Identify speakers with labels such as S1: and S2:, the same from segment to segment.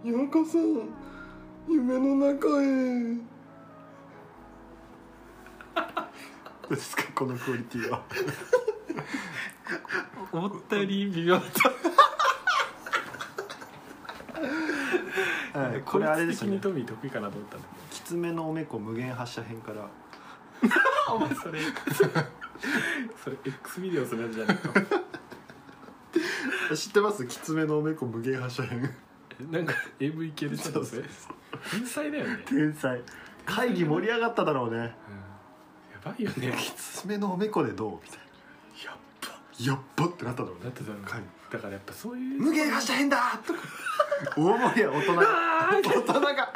S1: ようこそ夢の中へ。どうですかこのクオリティは。
S2: 思ったより微妙だった、はい、これあれですね、トミー得意かなと思ったんだけど、
S1: きつめのおめこ無限発射編から
S2: お前それX ビデオするやつじゃないか。
S1: 知ってます？きつめのおめこ無限発射編。
S2: なんか AV 系でしょ。それ天才だよね。
S1: 天才。会議盛り上がっただろうね、
S2: やばいよね。
S1: きつめのおめこでどうみたいな、やっばってなっただろうね。
S2: だってだからやっぱそういう
S1: 無限発射編だとか大盛りや大人がそれだ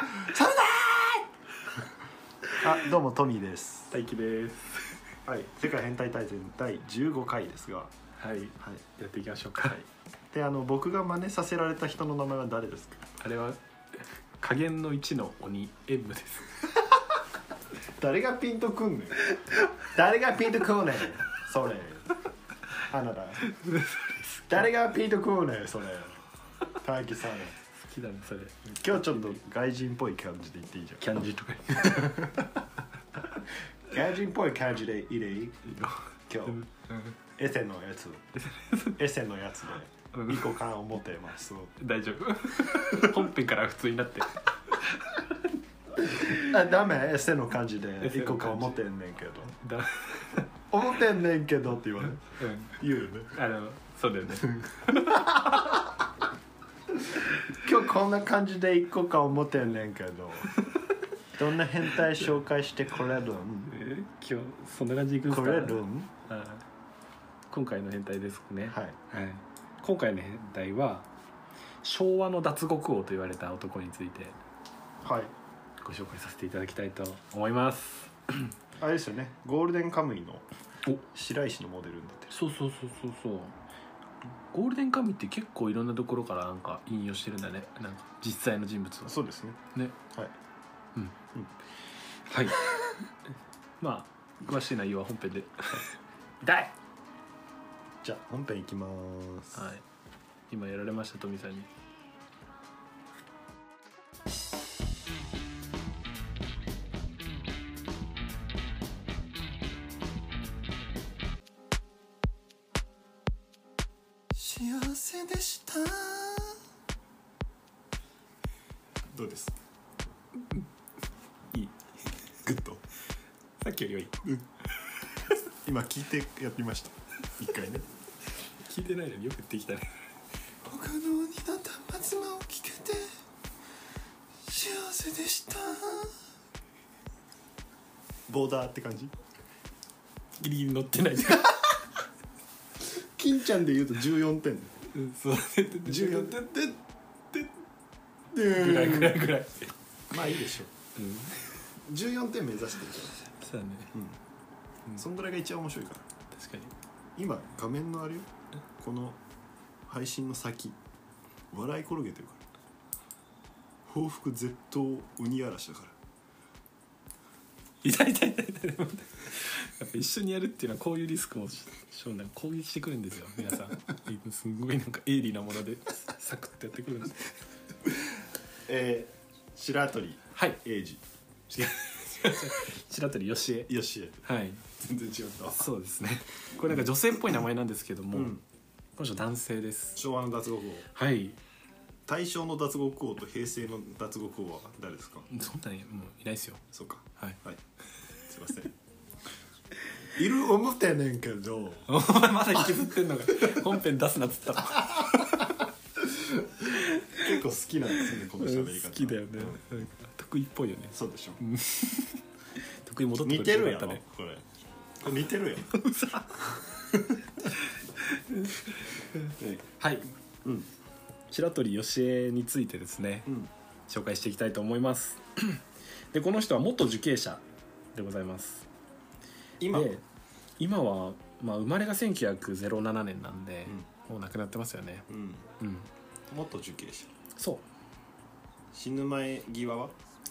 S1: ー。どうもトミーです。
S2: 大輝です。
S1: はい、世界変態大全第15回ですが、
S2: はい、やっていきましょうか。
S1: で僕が真似させられた人の名前は誰ですか？
S2: あれは加減の1の鬼 M です。
S1: 誰がピンとくんねん。誰がピンとくんねんそれ。あなた誰がピンとくんねんそれ。大輝さん好
S2: きだねそれ。
S1: 今日ちょっと外人っぽい感じで言っていいじゃん。
S2: キャンジーとか
S1: 外人っぽい感じでいい今日、エセのやつエセのやつで行こうかな思ってます。
S2: 大丈夫。本編から普通になって
S1: ダメ？エセの感じで行こうか思ってんねんけど思ってんねんけどって言われる、言うよね。
S2: そうだよね。
S1: 今日こんな感じで行こうか思ってんねんけどどんな変態紹介してくれるん？
S2: 今日そんな感じで行くんですか？
S1: くれるん？
S2: 今回の変態ですね。
S1: はい、
S2: 今回の変態は昭和の脱獄王と言われた男について
S1: はい
S2: ご紹介させていただきたいと思います。
S1: あれですよね、ゴールデンカムイの白石のモデルになってる。
S2: そうゴールデンカムイって結構いろんなところからなんか引用してるんだね。なんか実際の人物を。
S1: そうですね。はい
S2: はいまあ詳しい内容は本編で痛い。
S1: じゃあ本編いきます。
S2: はい、今やられましたトミさんに。
S1: 幸せでした。どうです？
S2: いい。
S1: グッド。
S2: さっきよりはいい。
S1: 今聞いてやってみました。一回ね。
S2: 聞いてないのによくできたね。
S1: 他の鬼の端末間を聞けて幸せでした。ボーダーって感じ？
S2: ギリギリ乗ってない。
S1: 金ちゃんで言うと14点。
S2: そう。
S1: 14点で
S2: ぐらい。
S1: まあいいでしょう。14点目指してるから。
S2: そうだね。
S1: そんぐらいが一番面白いから。
S2: 確かに。
S1: 今画面のあれよ、この配信の先笑い転げてるから。報復絶倒鬼嵐だから。
S2: 痛い。やっぱ一緒にやるっていうのはこういうリスクも攻撃してくるんですよ皆さん。すごいなんか鋭利なものでサクッとやってくるんです。
S1: 白鳥英二。
S2: 白鳥義恵。はい。
S1: 全然違った。
S2: そうですね。これなんか女性っぽい名前なんですけども、この人男性です。
S1: 昭和の脱獄王。はい。大正の脱獄王と平成の脱獄王は誰ですか？
S2: そんなにもういないですよ。
S1: そうか。
S2: はい。
S1: すいません。いる思ってんねんけど。
S2: お前まだ引きずってんのか。本編出すなっつったの。
S1: 結構好きなんですよねこの喋り方。
S2: 好きだよね。得意っぽいよね。
S1: そうでしょ。
S2: 得意戻って
S1: 似てるやろこれ。似てるやん。
S2: はい。白鳥義恵についてですね、紹介していきたいと思います。でこの人は元受刑者でございます。今は、生まれが1907年なんで、もう亡くなってますよね。
S1: 元受刑者。
S2: そう。
S1: 死ぬ前際は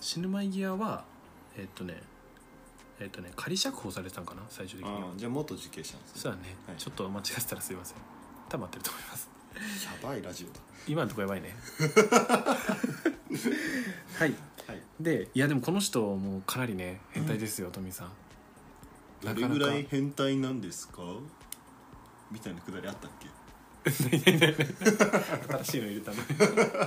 S2: 仮釈放されてたんかな最終的には。
S1: じゃあ元受刑者なんですね。
S2: そうだね、ちょっと間違ってたらすいません。多分合ってると思います。
S1: ばいラジオだ。
S2: 今のとこやばいねはい、
S1: はい、
S2: でいやでもこの人もうかなりね変態ですよ、トミーさん。
S1: どれぐらい変態なんですかみたいなくだりあったっけ？
S2: 新しいの入れたねこ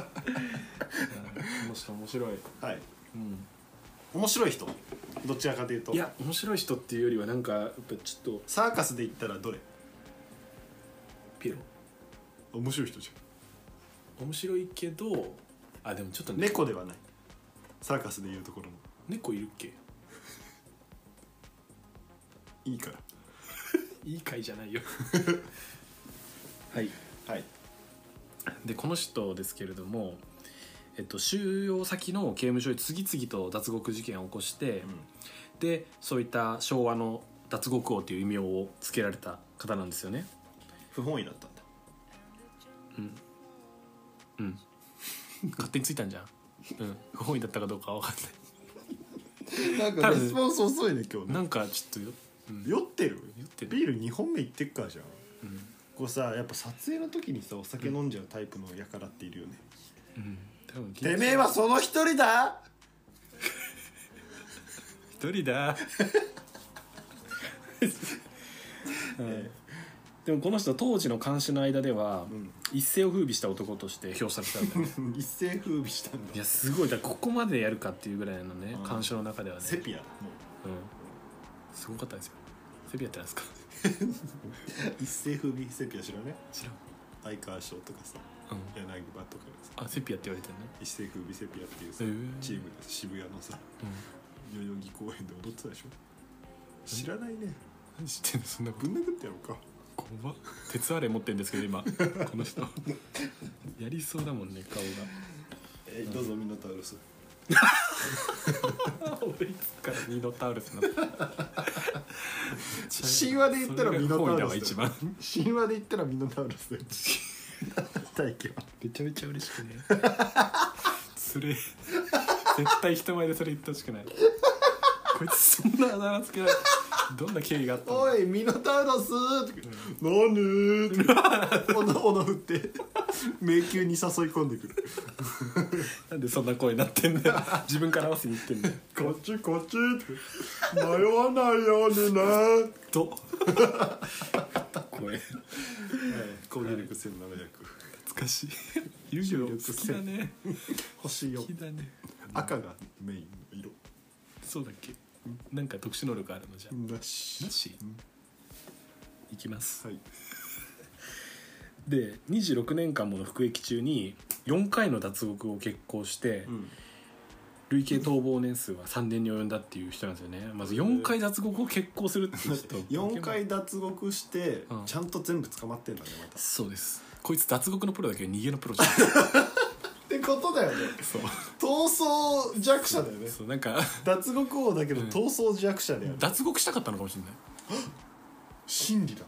S2: の人面白い。
S1: はい、
S2: うん、
S1: 面白い人、どちらかというと。
S2: いや面白い人っていうよりはなんかやっぱちょっと
S1: サーカスで言ったらどれ？
S2: ピエロ。
S1: 面白い人じ
S2: ゃん。面白いけど、あでもちょっと、ね、
S1: 猫ではない。サーカスでいうところの
S2: 猫いるっけ？
S1: いいから
S2: いい回じゃないよはい
S1: はい。
S2: でこの人ですけれども、収容先の刑務所で次々と脱獄事件を起こして、でそういった昭和の脱獄王という異名をつけられた方なんですよね。
S1: 不本意だったんだ。
S2: うん勝手についたんじゃん。不本意だったかどうかは分かんない
S1: なんかレスポンス遅いね今日ね。
S2: なんかちょっと
S1: 酔ってる？ビール2本目いってっからじゃん。こうさ、やっぱ撮影の時にさお酒飲んじゃうタイプのやからっているよね。
S2: 多分
S1: てめえはその一人だ
S2: 一人だでもこの人当時の看守の間では、一世を風靡した男として評されてたんだよね
S1: 一世風靡したんだ。
S2: いやすごい。だからここまでやるかっていうぐらいのね、看守の中ではね
S1: セピアだも
S2: う、すごかったですよ。セピアってなんですか？
S1: う。一世風靡セピア知らね？
S2: 知らん。
S1: 相川翔とかさ、柳葉とか
S2: さ、セピアって言われてるね。
S1: 一世風靡セピアっていうさ、チームで渋谷のさ、代々木公園で踊ってたでしょ。知らないね。
S2: 何知ってんの？そんな
S1: ぶん殴ってやろうか。
S2: 怖っ。鉄アレイ持ってるんですけど今この人やりそうだもんね顔が。
S1: どうぞミノタウロス。
S2: 俺いつからミノタウロスなの？
S1: 神話で言ったらミノタウロス
S2: 一番
S1: 神話で言ったらミノタウロス大気は
S2: めちゃめちゃ嬉しくねそれ絶対人前でそれ言ってほしくない。こいつそんなあだ名つけられてどんな経緯があったの？
S1: おいミノタウロスって何って斧振って迷宮に誘い込んでくる
S2: なんでそんな声になってんだよ自分から合わせに言ってんだよ
S1: こっちこっちって迷わないようにな
S2: と声
S1: 攻撃力1700
S2: 懐かしい遊戯王好きだね
S1: 欲しいよ。
S2: 好きだね。
S1: 赤がメインの色。
S2: そうだっけ？なんか特殊能力あるのじゃ
S1: なし
S2: なし、いきます、
S1: はい、
S2: で26年間もの服役中に4回の脱獄を決行して、累計逃亡年数は3年に及んだっていう人なんですよね。まず4回脱獄を決行するっていう人
S1: 4回脱獄して、ちゃんと全部捕まってんだねまた。
S2: そうです。こいつ脱獄のプロだけど逃げのプロじゃん
S1: ってことだよね。
S2: そう
S1: 逃走弱者だよね。
S2: そうなんか
S1: 脱獄王だけど逃走弱者である、
S2: 脱獄したかったのかもしれない
S1: 真理だ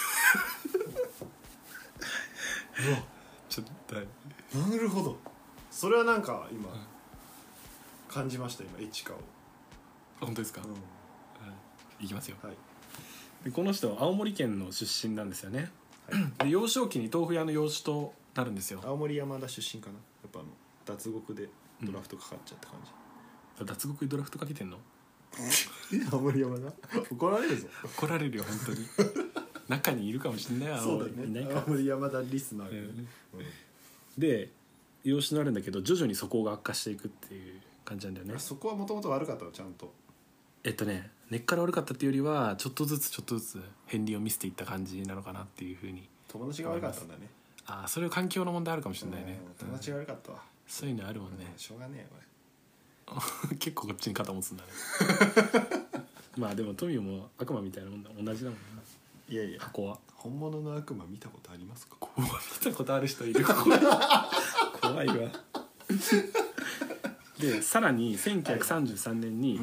S1: うわ
S2: ちょっと
S1: なるほど。それはなんか今、感じました今エチカを。
S2: 本当ですか？いきますよ、
S1: はい、
S2: でこの人は青森県の出身なんですよね、で幼少期に豆腐屋の養子となるんですよ。
S1: 青森山田出身かな。やっぱ脱獄でドラフトかかっちゃった感じ、
S2: 脱獄にドラフトかけてんの？
S1: 青森山田怒られるぞ。
S2: 怒られるよ本当に中にいるかもしれない。
S1: そうだね、
S2: いないか
S1: 青森山田リスナー、
S2: で養子になるんだけど徐々に素行が悪化していくっていう感じなんだよね。
S1: そこはもともと悪かったのちゃんと。
S2: 根っから悪かったっていうよりはちょっとずつ片鱗を見せていった感じなのかなっていうふうに。
S1: 友達が悪かったんだね。
S2: ああ、それは環境の問題あるかもしれないね。
S1: 友達が悪かったわ、
S2: そういうのあるもんね、
S1: しょうがねえよ
S2: 結構こっちに肩持つんだねまあでもトミーも悪魔みたいなもんだ、同じだもんな。
S1: いやいや、
S2: 箱は
S1: 本物の悪魔見たことありますか？
S2: 見たことある人いる怖いわでさらに1933年に、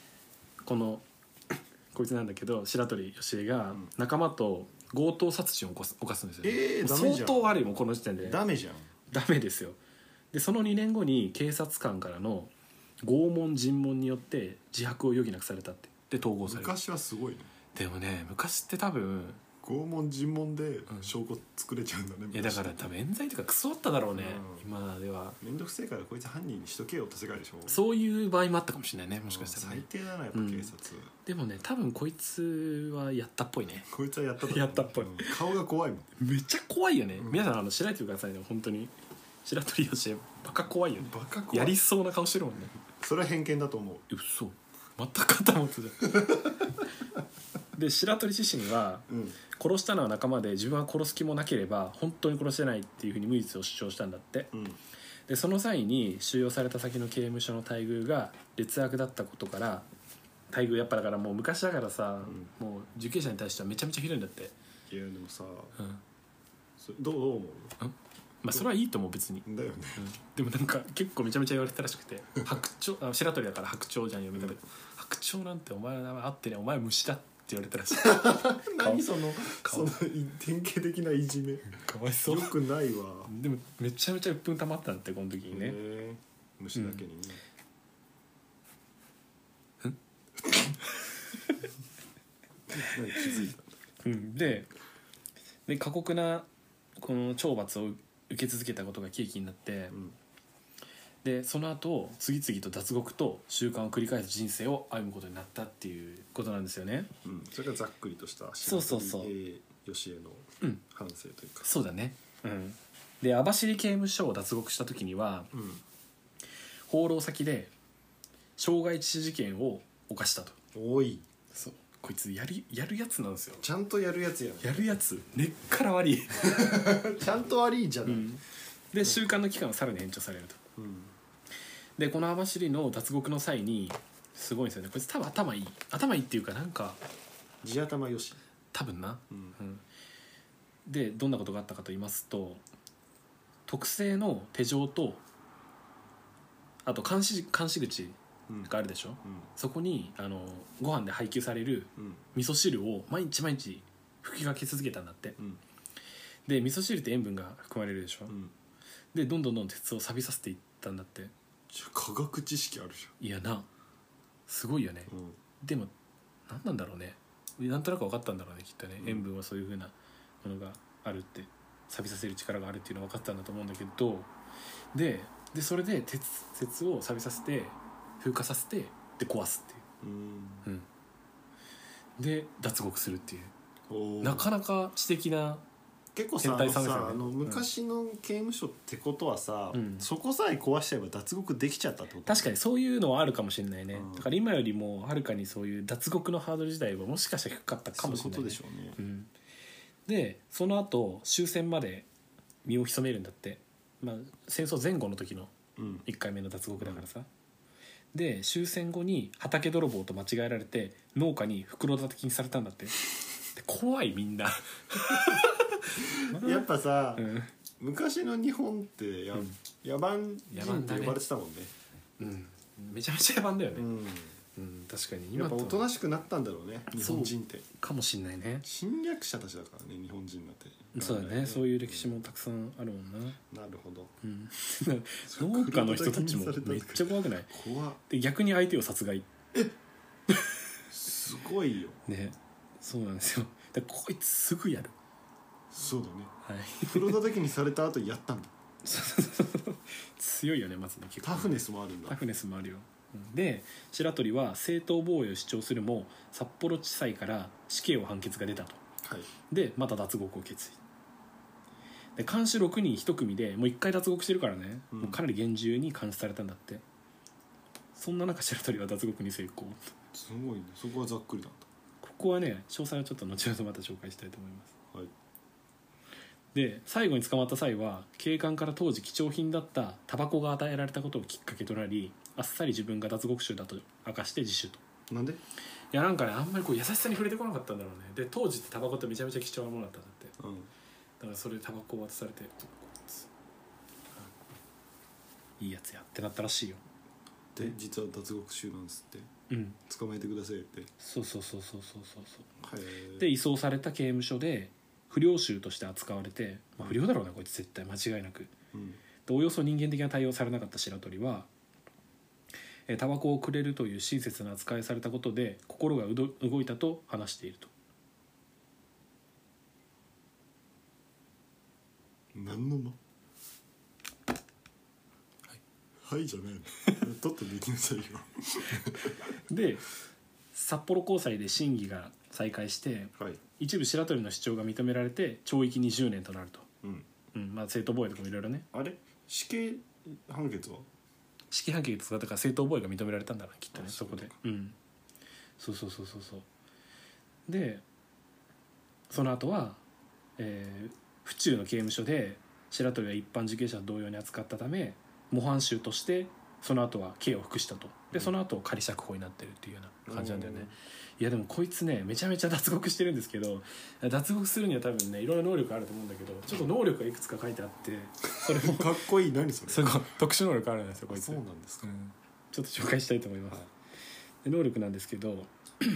S2: こいつなんだけど白鳥義恵が仲間と強盗殺人を犯すんですよ、相当悪いもんこの時点で。
S1: ダメじゃん。
S2: ダメですよ。でその2年後に警察官からの拷問尋問によって自白を余儀なくされたってで統合される。
S1: 昔はすごいね。
S2: でもね昔って多分
S1: 拷問尋問で証拠作れちゃうんだね、
S2: いやだから多分冤罪とかクソあっただろうね、今では。
S1: めんどくせえからこいつ犯人にしとけよって世界でしょ。
S2: そういう場合もあったかもしれないね、もしかしたらね。
S1: 最低だなやっぱ警察、
S2: でもね多分こいつはやったっぽいね。
S1: こいつはやった
S2: やったっぽい、
S1: 顔が怖いもん。
S2: めっちゃ怖いよね、皆さん調べてくださいね。本当に白鳥よしえバカ怖いよね。
S1: バカ怖い。
S2: やりそうな顔してるもんね。
S1: それは偏見だと思う。
S2: 嘘、全く頭持ってたで白鳥自身は、殺したのは仲間で自分は殺す気もなければ本当に殺してないっていうふうに無実を主張したんだって、でその際に収容された先の刑務所の待遇が劣悪だったことから、待遇やっぱだからもう昔だからさ、もう受刑者に対してはめちゃめちゃひどいんだって。
S1: いやでもさ、どう思う？
S2: まあそれはいいと思う別に。
S1: だよね、
S2: でもなんか結構めちゃめちゃ言われてたらしくて白鳥白鳥だから白鳥じゃん読み方で、白鳥なんてお前はあってね、お前虫だって言われたらしい
S1: 何その典型的ないじめ。
S2: かわいそう。
S1: よくないわ。
S2: でもめちゃめちゃ鬱憤溜まったんだってこの時にね。
S1: 虫だけにね、何気づいた。
S2: で過酷なこの懲罰を受け続けたことが契機になって、でその後次々と脱獄と習慣を繰り返す人生を歩むことになったっていうことなんですよね。
S1: それがざっくりとした
S2: そうそうそう
S1: 吉江の反省というか、
S2: そうだね。で網走刑務所を脱獄した時には、放浪先で傷害致死事件を犯したと。
S1: おい、
S2: そうこいつやるやつなんですよ。
S1: ちゃんとやるやつやん。
S2: やるやつ根っから悪い
S1: ちゃんと悪いじゃない、
S2: で収監の期間はさらに延長されると、でこの網走の脱獄の際にすごいんですよねこいつ。多分頭いいっていうかなんか
S1: 地頭よし
S2: 多分な、でどんなことがあったかと言いますと、特製の手錠とあと監視口があるでしょ、そこにご飯で配給される味噌汁を毎日吹きかけ続けたんだって、で味噌汁って塩分が含まれるでしょ、でどんどん鉄を錆びさせていったんだって。
S1: 科学知識あるじ
S2: いやなすごいよね、でも何なんだろうね、なんとなく分かったんだろうねきっとね、塩分はそういう風なものがあるって錆びさせる力があるっていうのは分かったんだと思うんだけど、でそれで鉄を錆びさせて風化させてで壊すっていう、で脱獄するっていう、なかなか知的な
S1: 結構さ、昔の刑務所ってことはさ、そこさえ壊しちゃえば脱獄できちゃったってこと。
S2: 確かにそういうのはあるかもしれないね、だから今よりもはるかにそういう脱獄のハードル自体はもしかしたら低かったかもしれない、ね、
S1: そういうことでしょうね、
S2: でその後終戦まで身を潜めるんだって、戦争前後の時の1回目の脱獄だからさ、で終戦後に畑泥棒と間違えられて農家に袋叩きにされたんだって。で怖いみんな
S1: やっぱさ、昔の日本って野蛮人って呼ばれてたもんね。
S2: めちゃめちゃ野蛮だよね。確かに
S1: やっぱおとなしくなったんだろうね日本人って。
S2: かもしんないね。
S1: 侵略者たちだからね日本人なんて。
S2: そうだね、そういう歴史もたくさんあるもんな。
S1: なるほど。
S2: 農家の人たちもめっちゃ怖くない？
S1: 怖っ。
S2: で逆に相手を殺害。
S1: すごいよ
S2: ね。そうなんですよ。でこいつすぐやる。
S1: そうだね。袋叩きにされた後やったんだ。
S2: 強いよねまずね。
S1: タフネスもあるんだ。
S2: タフネスもあるよ。で白鳥は正当防衛を主張するも札幌地裁から死刑を判決が出たと。でまた脱獄を決意。で監視6人1組でもう1回脱獄してるからね、もうかなり厳重に監視されたんだって。そんな中白鳥は脱獄に成功。
S1: すごいね。そこはざっくりなんだ。
S2: ここはね詳細はちょっと後ほどまた紹介したいと思います。で最後に捕まった際は警官から当時貴重品だったタバコが与えられたことをきっかけとなり、あっさり自分が脱獄囚だと明かして自首と。
S1: なんで？
S2: いやなんかねあんまりこう優しさに触れてこなかったんだろうね。で当時ってタバコってめちゃめちゃ貴重なものだったんだって、だからそれでタバコを渡されていいやつやってなったらしいよ。
S1: で実は脱獄囚なんですって、捕まえてくださいって。
S2: そうで移送された刑務所で不良囚として扱われて、不良だろうなこいつ絶対間違いなく、でおよそ人間的な対応されなかった白鳥はタバコをくれるという親切な扱いされたことで心が動いたと話していると。
S1: 何の間はいじゃないの取ってできなさいよ
S2: で札幌高裁で審議が再開して、
S1: はい、
S2: 一部白鳥の主張が認められて懲役20年となると、まあ、正当防衛とかもいろいろね。
S1: あれ死刑判決は
S2: 死刑判決がだから正当防衛が認められたんだなきっとね、そこで。そうでその後は、府中の刑務所で白鳥は一般受刑者と同様に扱ったため模範囚としてその後は刑を服したと。でその後仮釈放になってるっていうような感じなんだよね。いやでもこいつねめちゃめちゃ脱獄してるんですけど、脱獄するには多分ねいろんな能力あると思うんだけど、ちょっと能力がいくつか書いてあってそれも
S1: かっこいい。何それ
S2: すごい特殊能力あるんですよこいつ。
S1: そうなんですか、
S2: ちょっと紹介したいと思います、で能力なんですけど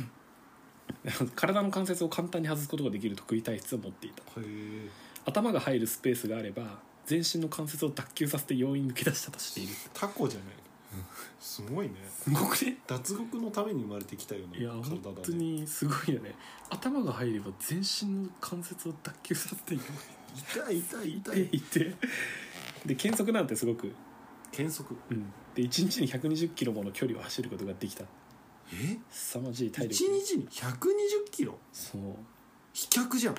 S2: 体の関節を簡単に外すことができる特異体質を持っていた。頭が入るスペースがあれば全身の関節を脱臼させて容易に抜け出したとしている。
S1: タコじゃないすごいね。
S2: すごくね。
S1: 脱獄のために生まれてきたような体だね。
S2: いや本当にすごいよね。頭が入れば全身の関節を脱臼させて
S1: 痛い
S2: で検測なんてすごく
S1: 検測、
S2: で1日に120キロもの距離を走ることができた。凄まじい体力。
S1: 1日に120キロ。
S2: そう
S1: 飛脚じゃん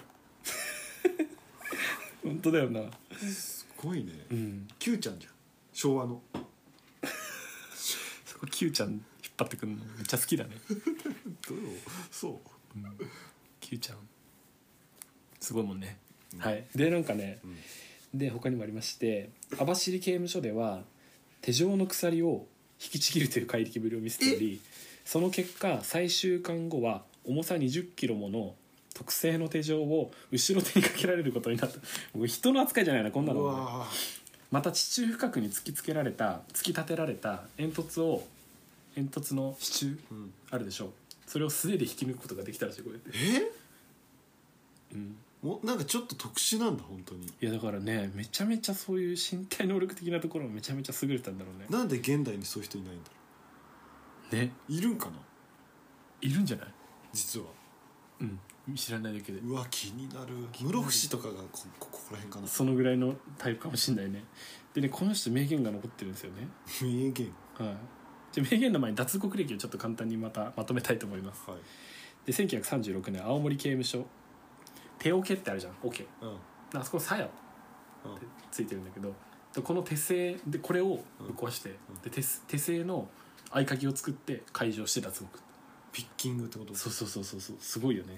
S2: 本当だよな。
S1: すごいね、Q ちゃんじゃん昭和の
S2: そこ Q ちゃん引っ張ってくるのめっちゃ好きだね
S1: そう、
S2: Q ちゃんすごいもんね、はいでなんかね、で他にもありまして、網走刑務所では手錠の鎖を引きちぎるという怪力ぶりを見せており、その結果再収監後は重さ20キロもの特製の手錠を後ろ手にかけられることになった。もう人の扱いじゃないなこんなの、ね、また地中深くに突き立てられた煙突の支柱、あるでしょう。それを素手で引き抜くことができたらしいこうやって。
S1: もうなんかちょっと特殊なんだ本当に。
S2: いやだからねめちゃめちゃそういう身体能力的なところもめちゃめちゃ優れたんだろうね。
S1: なんで現代にそういう人いないんだろうね。いるんかな。
S2: いるんじゃない
S1: 実は。
S2: 知らないだけで。
S1: うわ気になる。室伏とかがここら辺かな。
S2: そのぐらいのタイプかもしれないね。でねこの人名言が残ってるんですよね。
S1: 名言。
S2: じゃ名言の前に脱獄歴をちょっと簡単にまとめたいと思います。で1936年青森刑務所手桶ってあるじゃん。桶、あそこの鞘ってついてるんだけど、この手製でこれをぶっ壊して、で手製の合鍵を作って解錠して脱獄。
S1: ピッキングってこと。
S2: そうすごいよね。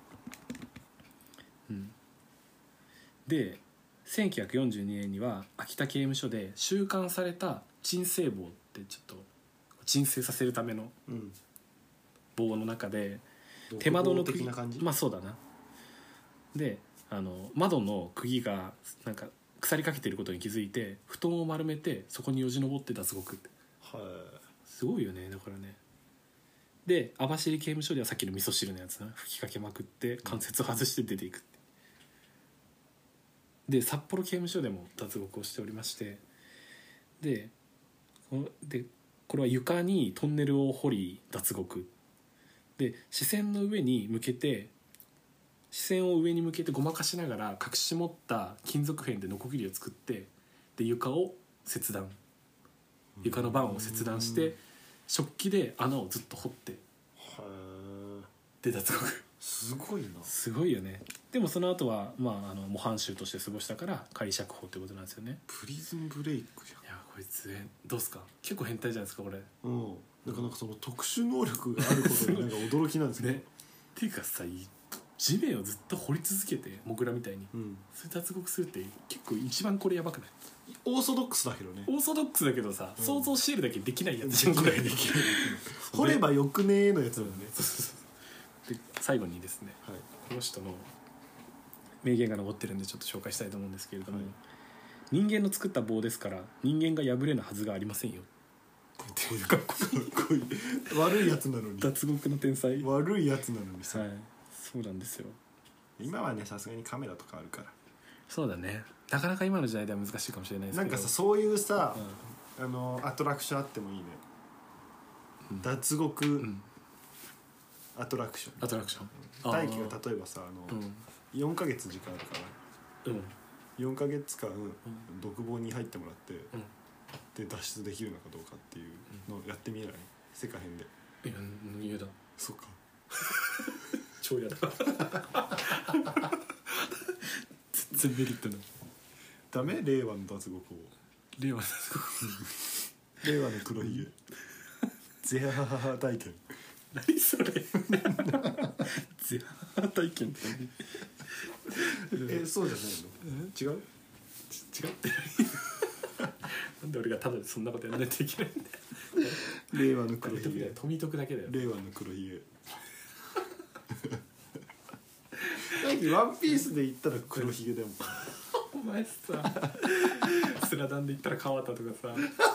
S2: で1942年には秋田刑務所で収監された鎮静棒ってちょっと鎮静させるための棒の中で、手窓の釘、そうだな。で窓の釘がなんか腐りかけてることに気づいて布団を丸めてそこによじ登って脱獄って。すごいよね。だからね。で網走刑務所ではさっきの味噌汁のやつな吹きかけまくって関節を外して出ていくって。で札幌刑務所でも脱獄をしておりまして、でこれは床にトンネルを掘り脱獄で、視線を上に向けてごまかしながら隠し持った金属片でノコギリを作って、で床の板を切断して食器で穴をずっと掘ってで脱獄。
S1: すごいな。
S2: すごいよね。でもその後は模範囚として過ごしたから仮釈放ってことなんですよね。
S1: プリズンブレイクじゃん。
S2: いやこいつどうすか。結構変態じゃないですかこれ。
S1: なんかその特殊能力があることになんか驚きなんですけど、
S2: っていうかさ地面をずっと掘り続けてモグラみたいに、それ脱獄するって結構一番これやばくない。
S1: オーソドックスだけどね。
S2: オーソドックスだけどさ、想像してるだけできないやつじゃんこれ。
S1: 掘ればよくねーのやつだよね。
S2: で最後にですね、この人の名言が残ってるんでちょっと紹介したいと思うんですけれども、人間の作った棒ですから人間が破れぬはずがありませんよ。かっこいい。
S1: 悪いやつなのに。
S2: 脱獄の天才。
S1: 悪いやつなのにさ。
S2: そうなんですよ。
S1: 今はねさすがにカメラとかあるから。
S2: そうだね。なかなか今の時代では難しいかもしれないですけど。
S1: なんかさそういうさ、アトラクションあってもいいね。脱獄、アトラクション。
S2: 大輝が
S1: 例えばさ4ヶ月時間あるから、 4ヶ月間独房に入ってもらって、で脱出できるのかどうかっていうのをやってみえない？世界編で。
S2: いや嫌だ。
S1: そっか
S2: 超嫌だ全然メリットない。
S1: ダメ？令和の脱獄を。
S2: 令和の脱獄
S1: 令和の黒ひげゼハハハ体験。
S2: 何それゼハハ体験って
S1: そうじゃないの？違う？
S2: 違ってなんで俺がただでそんなことやらないといけないんだよ
S1: 令和の黒ひげ。
S2: 富徳だけだよ。
S1: 令和の黒ひげワンピースで言ったら黒ひげだもん
S2: お前さスラダンで言ったら川田とかさ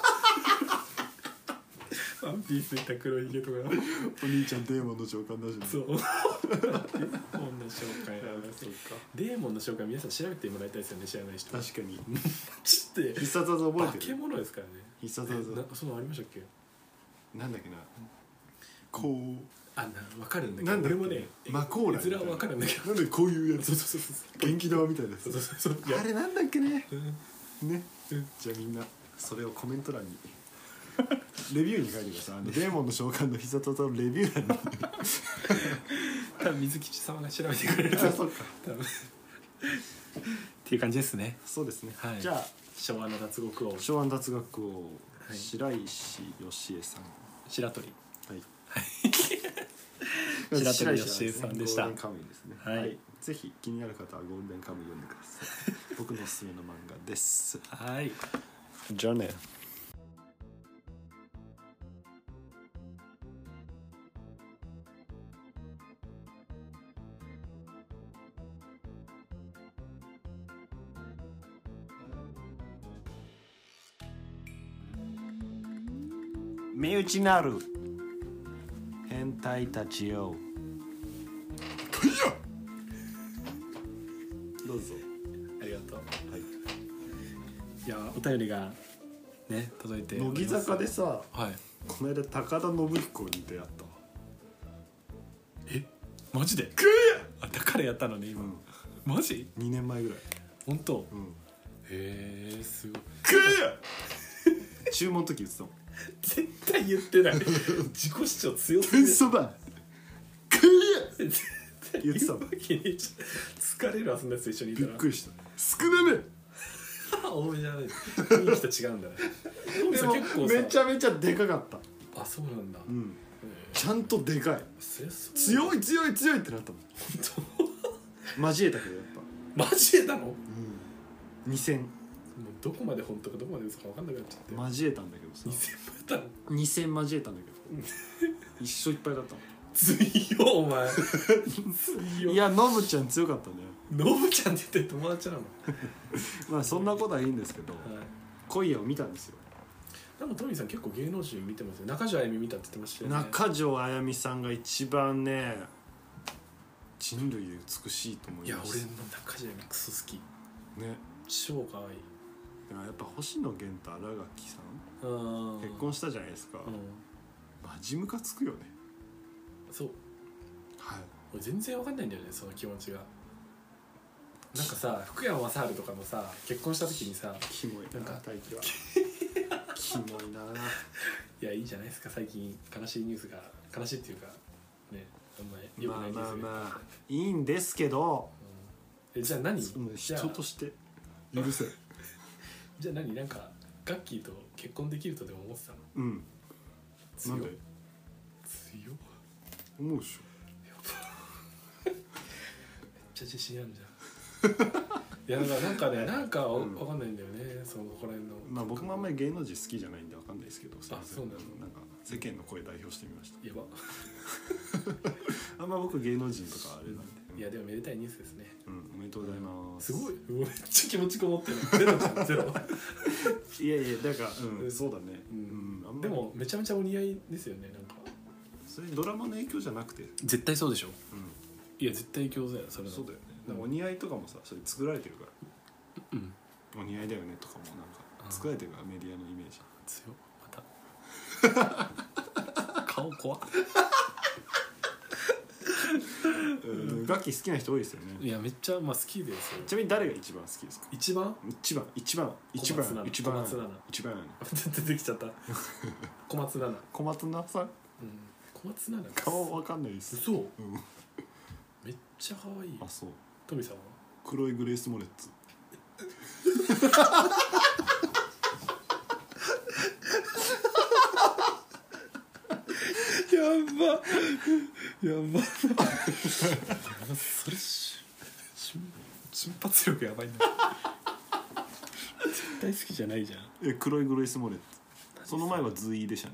S2: ワンピースで言ったら黒ひげとか
S1: お兄ちゃんデーモンの召喚だしね。
S2: そうデーモンの紹介そうか。デーモンの紹介皆さん調べてもらいたいですよね、知らない人。
S1: 確かに
S2: ちって
S1: 必殺技覚えてる？
S2: 化け物ですからね。
S1: 必殺技
S2: そのありましたっけ？
S1: なんだっけな、こう
S2: 分かるんだけど、
S1: なんだっけ、
S2: 俺もね
S1: マコーラ
S2: 絵面は分かるんだけど、
S1: なんでこういうやつ
S2: そう
S1: 元気玉みたいなやつ。
S2: そう
S1: あれなんだっけね、ね、
S2: うん、
S1: じゃあみんなそれをコメント欄にレビューに書いてください。デーモンの召喚の必殺技のレビュー欄に
S2: 多分水吉様が調べてくれると。
S1: あ、そっか
S2: 多分っていう感じですね。
S1: そうですね、
S2: はい、
S1: じゃあ
S2: 昭和の脱獄王、
S1: 昭和の脱獄王、
S2: はい、
S1: 白石義恵さん、
S2: 白鳥、
S1: はい
S2: 白鳥義恵さんでした。
S1: ゴールデンカムイですね、
S2: はい、
S1: ぜひ気になる方はゴールデンカムイ読んでください僕のおすすめの漫画です。
S2: はい、
S1: じゃあね。身内なる変態たちよ。どうぞ。
S2: ありがとう。
S1: はい。
S2: いやお便りがね届いて。
S1: 乃木坂でさ、
S2: はい。
S1: この間高田信彦に出会った。
S2: え、マジで？あ、だからやったのね今。マジ
S1: ？2年前ぐらい。
S2: 本当？
S1: うん。
S2: へえ、すごい。
S1: 注文の時言ってたもん。
S2: 絶対言ってない。自己主張強すぎる。
S1: 天そば。
S2: 絶対
S1: 言ってたもん。
S2: 疲れる、そんなやつ一緒にいたら。
S1: びっくりした。少なめ。
S2: 多めじゃない。雰囲気と違うんだね。
S1: でも
S2: 結構
S1: めちゃめちゃでかかった。
S2: あ、そうなんだ。
S1: うん。ちゃんとでかい。強い強い強いってなったもん。交えたけどやっ
S2: ぱ。交えたの？
S1: うん。2戦。
S2: もうどこまで本当かどこまで嘘か分かんなくなっちゃって。
S1: 交えたんだけどさ。2戦交えたんだけど。一緒いっぱいだったの。
S2: 強お前。強
S1: いや、ノブちゃん強かったね。
S2: ノブちゃんって言って友達なの？
S1: まあそんなことはいいんですけど、はい、恋を見たんですよ。
S2: でもトミーさん結構芸能人見てますよ。中条あやみ見たって言ってましたよね。
S1: 中条あやみさんが一番ね、人類美しいと思います。
S2: いや、俺の中条あやみクソ好き
S1: ね。
S2: 超可愛い。
S1: やっぱ星野源と新垣さん結婚したじゃないですか。マジムカつくよね。
S2: そう、
S1: はい、
S2: 俺全然わかんないんだよね、その気持ちが。なんかさ、福山雅治とかもさ結婚した時にさ、
S1: キモいな、なんか大輝はキモいな。
S2: いや、いいじゃないですか。最近悲しいニュースが、悲しいっていうかね、あんまり良くないニュースが、
S1: まあいいんですけど、
S2: じゃあ何？
S1: 人として許せ。
S2: じゃあ何？なんかガッキーと結婚できるとでも思ってたの？
S1: うん。なんで？
S2: 強
S1: 思うでしょ。
S2: めっちゃ自信あるじゃん。いや、なんかね、なんかわかんないんだよね、そのこら辺の。
S1: まあ僕もあんまり芸能人好きじゃないんでわかんないですけど、
S2: あ、そうなの。
S1: なんか世間の声代表してみました。
S2: やば。
S1: あんま僕芸能人とかあれなんで。
S2: いや、でもめでたいニュースですね。
S1: うん、おめでとうございます。
S2: すごい、めっちゃ気持ちこもってる。ゼロじゃん、ゼロ。
S1: いやいや、だから、そうだね。
S2: でもめちゃめちゃお似合いですよね、なんか。
S1: それドラマの影響じゃなくて。
S2: 絶対そうでしょ。いや、絶対影響だよ、それ。
S1: そうだよね。お似合いとかもさ、それ作られてるから。お似合いだよねとかもなんか作られてるから、メディアのイメージ。
S2: 強また。顔怖っ。
S1: ガッキー好きな人多いですよね。
S2: いやめっちゃまあ好きですよ。
S1: ちなみに誰が一番好きですか？
S2: 一番
S1: 一番
S2: 小松菜出てきちゃった小松菜奈、
S1: 小松菜さん
S2: 小松菜奈
S1: 顔わかんないです。
S2: 嘘、めっちゃ可愛い。
S1: あ、そう。
S2: トミさんは
S1: 黒いグレースモレッツ。
S2: やばそれ瞬発力やばいな。絶対好きじゃないじゃん。
S1: 黒いグレースモレッツ。その前はズイーでしたね。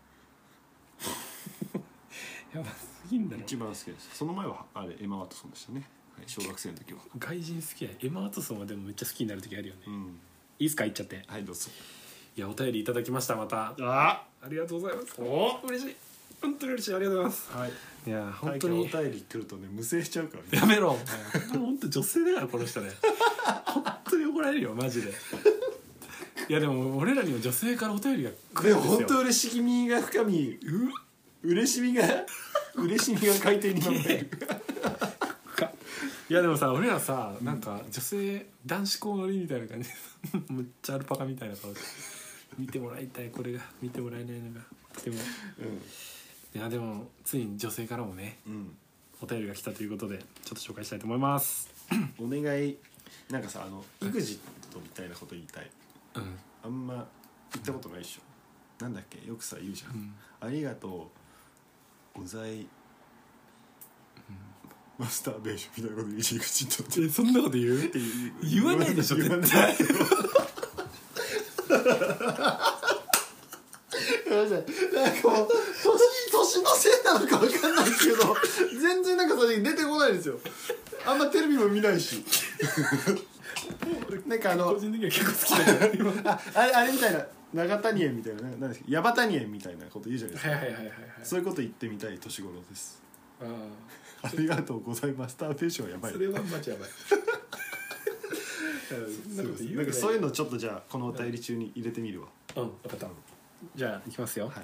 S2: やばすぎんだろ。
S1: 一番好きです。その前はあれエマ・ワトソンでしたね、はい、小学生の時は。
S2: 外人好きや。エマ・ワトソンはでもめっちゃ好きになる時あるよね、いいっすか、言っちゃって。
S1: はい、どうぞ。
S2: いやお便りいただきました。また
S1: あ
S2: りがとうございます。
S1: お
S2: 嬉しい、本当に嬉しい、ありがとうございます。
S1: はい、
S2: いや本当に
S1: お便り来るとね無制しちゃうからね。
S2: やめろ本当女性だからこの人ね本当に怒られるよマジで。いやでも俺らにも女性からお便りが来るんですよ。
S1: 本当嬉しみが深み、嬉しみが海底に満たる。
S2: いやでもさ俺らさなんか女性男子校乗りみたいな感じでめっちゃアルパカみたいな顔で見てもらいたい、これが見てもらえないのがでも、いやでもついに女性からもね、お便りが来たということでちょっと紹介したいと思います。
S1: お願い。なんかさEXITみたいなこと言いたい。あんま言ったことないでしょ。なんだっけ、よくさ言うじゃん、ありがとうございマスターベーションみたいなこと言うEXITって。
S2: そんなこと言う？言わないでしょ絶対。
S1: なんかもう年のせいなのか分かんないですけど全然なんかそれ出てこないですよ。あんまテレビも見ないしなんか
S2: 個人的には結構好きだけど
S1: あれみたいな、長谷園みたいな、なんですか、矢端谷園みたいなこと言うじゃないですか。そういうこと言ってみたい年頃です。ありがとうございます。スターベーションはやばい。
S2: それはマジやばい
S1: なんかそういうのちょっとじゃあこのお便り中に入れてみるわ。
S2: 分かった。じゃあいきますよ。
S1: はい。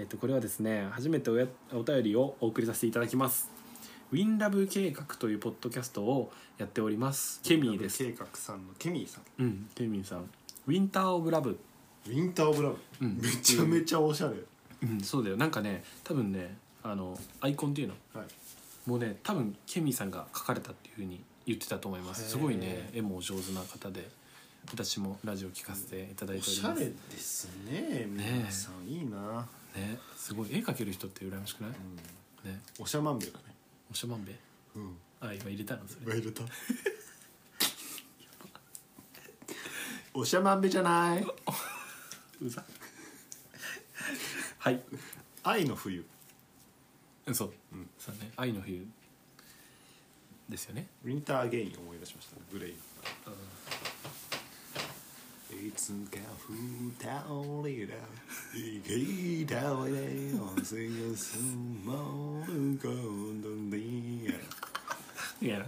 S2: これはですね初めてお便りをお送りさせていただきます。ウィンラブ計画というポッドキャストをやっておりますケミーです。
S1: 計画さんのケミーさん。
S2: ケミーさん。ウィンターオブラブ。
S1: ウィンターオブラブ、めちゃめちゃおしゃれ。
S2: そうだよ。なんかね多分ねアイコンっていうの、もうね多分ケミーさんが描かれたっていう風に言ってたと思います。すごいね絵も上手な方で、私もラジオ聞かせていただいております。
S1: おしゃれですね皆さん。いいな
S2: ね。すごい絵描ける人って羨ましくない？ね。
S1: おしゃまんべだね。
S2: おしゃまんべ。今入れたのそれ。
S1: 入れた。おしゃまんべじゃない。
S2: うざ。はい。
S1: 愛の冬。
S2: そうね。愛の冬ですよね。
S1: ウィンターゲイン思い出しましたね。グレイ。いつか二人だ生きたわねおせがすもることに
S2: いや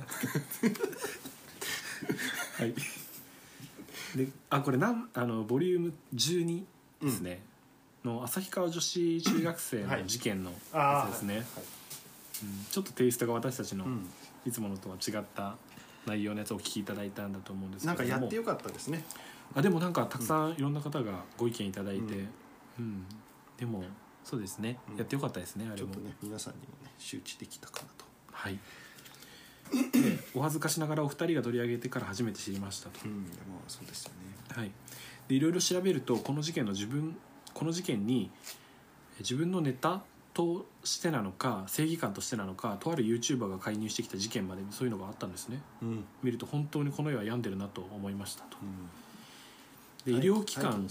S2: はいでこれボリューム12ですね、の旭川女子中学生の事件のやつですね、ちょっとテイストが私たちのいつものとは違った内容のやつをお聞きいただいたんだと思うんですけども、
S1: なんかやってよかったですね。
S2: でもなんかたくさんいろんな方がご意見いただいて、でもそうですね、やってよかったですね。あれも
S1: ちょっとね皆さんにもね周知できたかなと。
S2: はい。でお恥ずかしながらお二人が取り上げてから初めて知りましたと。
S1: でもそうですよね。
S2: はい。でいろいろ調べるとこの事件に自分のネタとしてなのか正義感としてなのか、とある YouTuber が介入してきた事件までそういうのがあったんですね。見ると本当にこの世は病んでるなと思いましたと。で医療機関、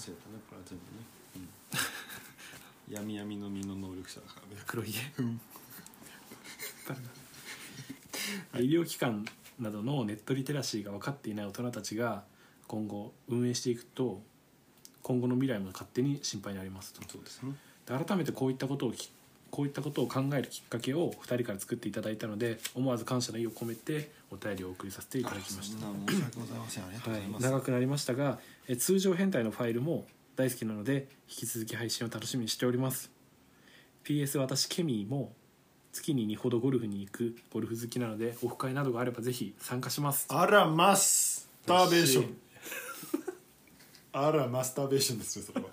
S1: 闇闇の実の能力者だからね。
S2: 黒ひげ医療機関などのネットリテラシーが分かっていない大人たちが今後運営していくと今後の未来も勝手に心配になりますと。
S1: そうですね。
S2: で改めてこういったことを考えるきっかけを2人から作っていただいたので、思わず感謝の意を込めてお便りをお送りさせていただきました。
S1: 申し訳ございません。ありがとうございます。
S2: 長くなりましたが通常編隊のファイルも大好きなので引き続き配信を楽しみにしております。 PS 私ケミーも月に2ほどゴルフに行くゴルフ好きなので、オフ会などがあればぜひ参加します。
S1: あらマスターベーションあらマスターベーションですよそれは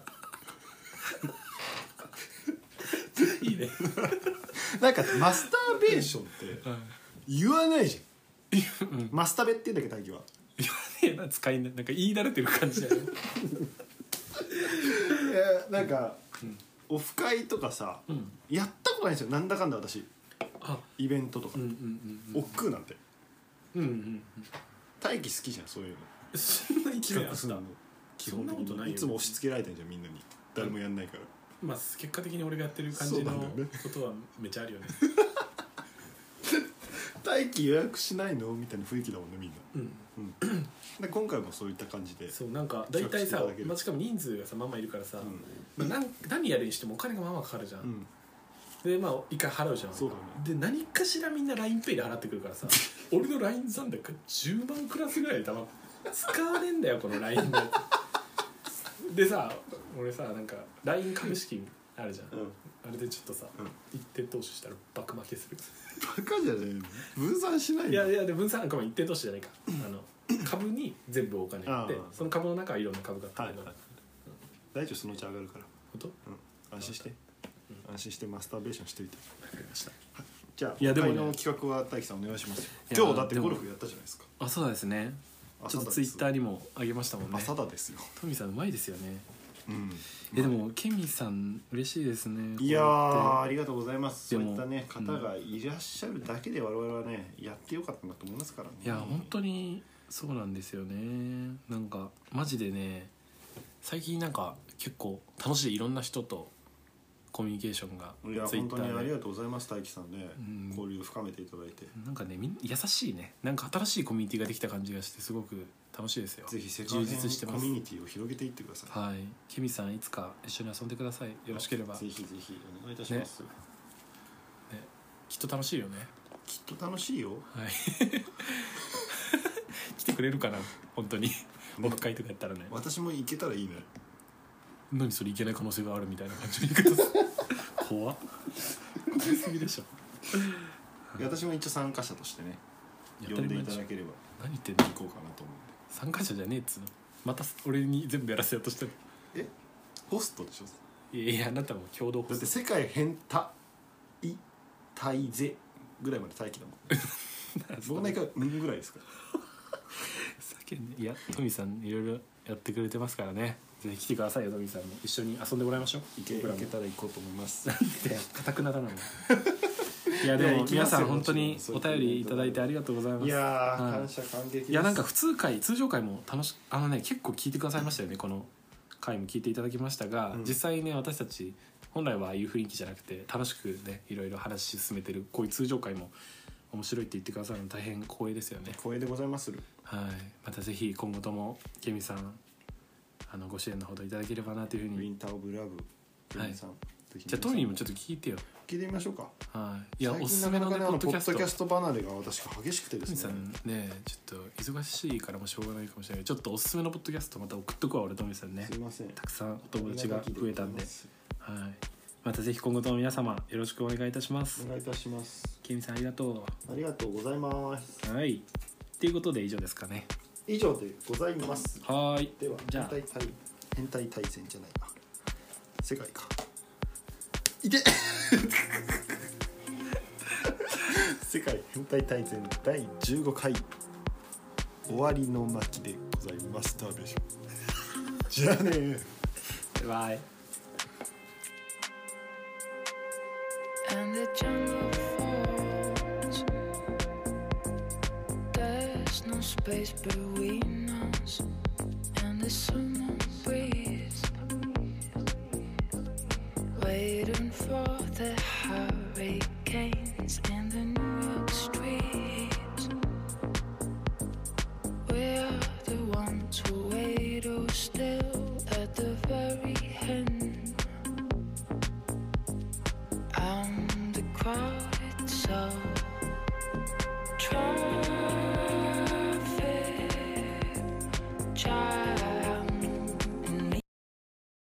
S2: いいね
S1: なんかマスターベーションって言わないじゃん、マスタベって言うんだけど大輝は
S2: 言わねえな、使いな、なんか言い慣れてる感じだよ
S1: なんか、オフ会とかさ、やったことないんですよなんだかんだ私。イベントとか億劫なんて。大輝好きじゃんそういうの。
S2: そんな企画するの
S1: 基本的にいつも押し付けられてんじゃんみんなに。誰もやんないから。
S2: まあ結果的に俺がやってる感じのことはめっちゃあるよね
S1: 大輝予約しないのみたいな雰囲気だもんねみんな。で今回もそういった感じで。
S2: そうなんか大体さ、まあ、しかも人数がさまあまあいるからさ、まあ、何やるにしてもお金がまあまあかかるじゃん、でまあ一回払うじゃん。
S1: そうだね。で
S2: 何かしらみんな LINEPay で払ってくるからさ俺の LINE 残高10万クラスぐらいでたま使わねえんだよこの LINE ででさ俺さなんか LINE 株式あるじゃん、あれでちょっとさ、一点投資したら爆負けする。
S1: バカじゃないの。分散しないの。
S2: いやで分散、ごめん、一点投資じゃないか株に全部お金やってその株の中はいろんな株があって、
S1: 大丈夫そのうち上がるから。
S2: 本当？
S1: 安心して、安心してマスターベーションしておいて。
S2: わかりました。
S1: じゃあ今回の企画は大輝さんお願いしますよ。今日だってゴルフやったじゃないですか。
S2: あ、そうですね。ちょっとツイッターにもあげましたもんね。
S1: 朝だですよ。
S2: トミーさんうまいですよね。でもケミさん嬉しいですね。
S1: いやーありがとうございます。そういったね方がいらっしゃるだけで我々はねやってよかったなと思いますからね。
S2: いや本当にそうなんですよね。なんかマジでね最近なんか結構楽しいいろんな人とコミュニケーションが
S1: いや本当にありがとうございます大輝さんね、交流を深めていただいて
S2: なんかね優しいね、なんか新しいコミュニティができた感じがしてすごく楽しいですよ。
S1: ぜひ世界中コミュニティを広げていってください。
S2: はい、ケミさんいつか一緒に遊んでください。よろしければ
S1: ぜひぜひお願いいたします、
S2: ね、きっと楽しいよね。
S1: きっと楽しいよ。
S2: はい来てくれるかな本当にオフ会とかやったらね。
S1: 私も行けたらいいね。
S2: 何それいけない可能性があるみたいな感じの言い方怖いすぎでしょ
S1: 私も一応参加者としてね呼んでいただければ
S2: 何言ってんの
S1: 行こうかなと思うんで。
S2: 参加者じゃねえっつうの。また俺に全部やらせようとしてる。
S1: ホストでしょ。
S2: いやあなたも共同ホスト
S1: だって世界変態大勢ぐらいまで待機だもん僕の中ぐらいですから
S2: 叫んで。いやトミさんいろいろやってくれてますからね。ぜひ来てくださいよトミさんも一緒に遊んでもらいましょう。
S1: 行けたら行こうと思います
S2: なんで固くならないのいやでも皆さん本当にお便りいただいてありがとうございます。
S1: いやー、感謝感激です。
S2: いやなんか通常回も楽し結構聞いてくださいましたよね。この回も聞いていただきましたが、実際ね私たち本来はああいう雰囲気じゃなくて楽しくねいろいろ話進めてるこういう通常回も面白いって言ってくださるの大変光栄ですよね。
S1: 光栄でございまする。
S2: はい、またぜひ今後ともケミさんご支援のほどいただければなというふうに。
S1: ウィンターオブラブケミさん、
S2: じゃあトミーもちょっと聞いてよ。
S1: 聞いてみましょうか。
S2: はい。いや
S1: 最
S2: おすす
S1: 近なかなか
S2: めのねポッドキャスト
S1: 離れが私が激しくてですね。
S2: トミーさんねちょっと忙しいからもしょうがないかもしれない。ちょっとおすすめのポッドキャストまた送っとくわ俺トミーさんね。
S1: すいません。
S2: たくさんお友達が増えたんで、はい。またぜひ今後とも皆様よろしくお願いいたします。
S1: お願いいたします。
S2: ケミさんありがと
S1: ありがとうございます。
S2: う。はい。ということで以上ですかね。
S1: 以上でございます。
S2: はい。
S1: では
S2: じゃあ
S1: 変態大戦じゃないな。世界か。いて。世界変態大戦第15回終わりの巻でございましたでしょじゃあね
S2: バイ。
S3: And the jungle falls. There's no space between us. And the summer breeze waiting for the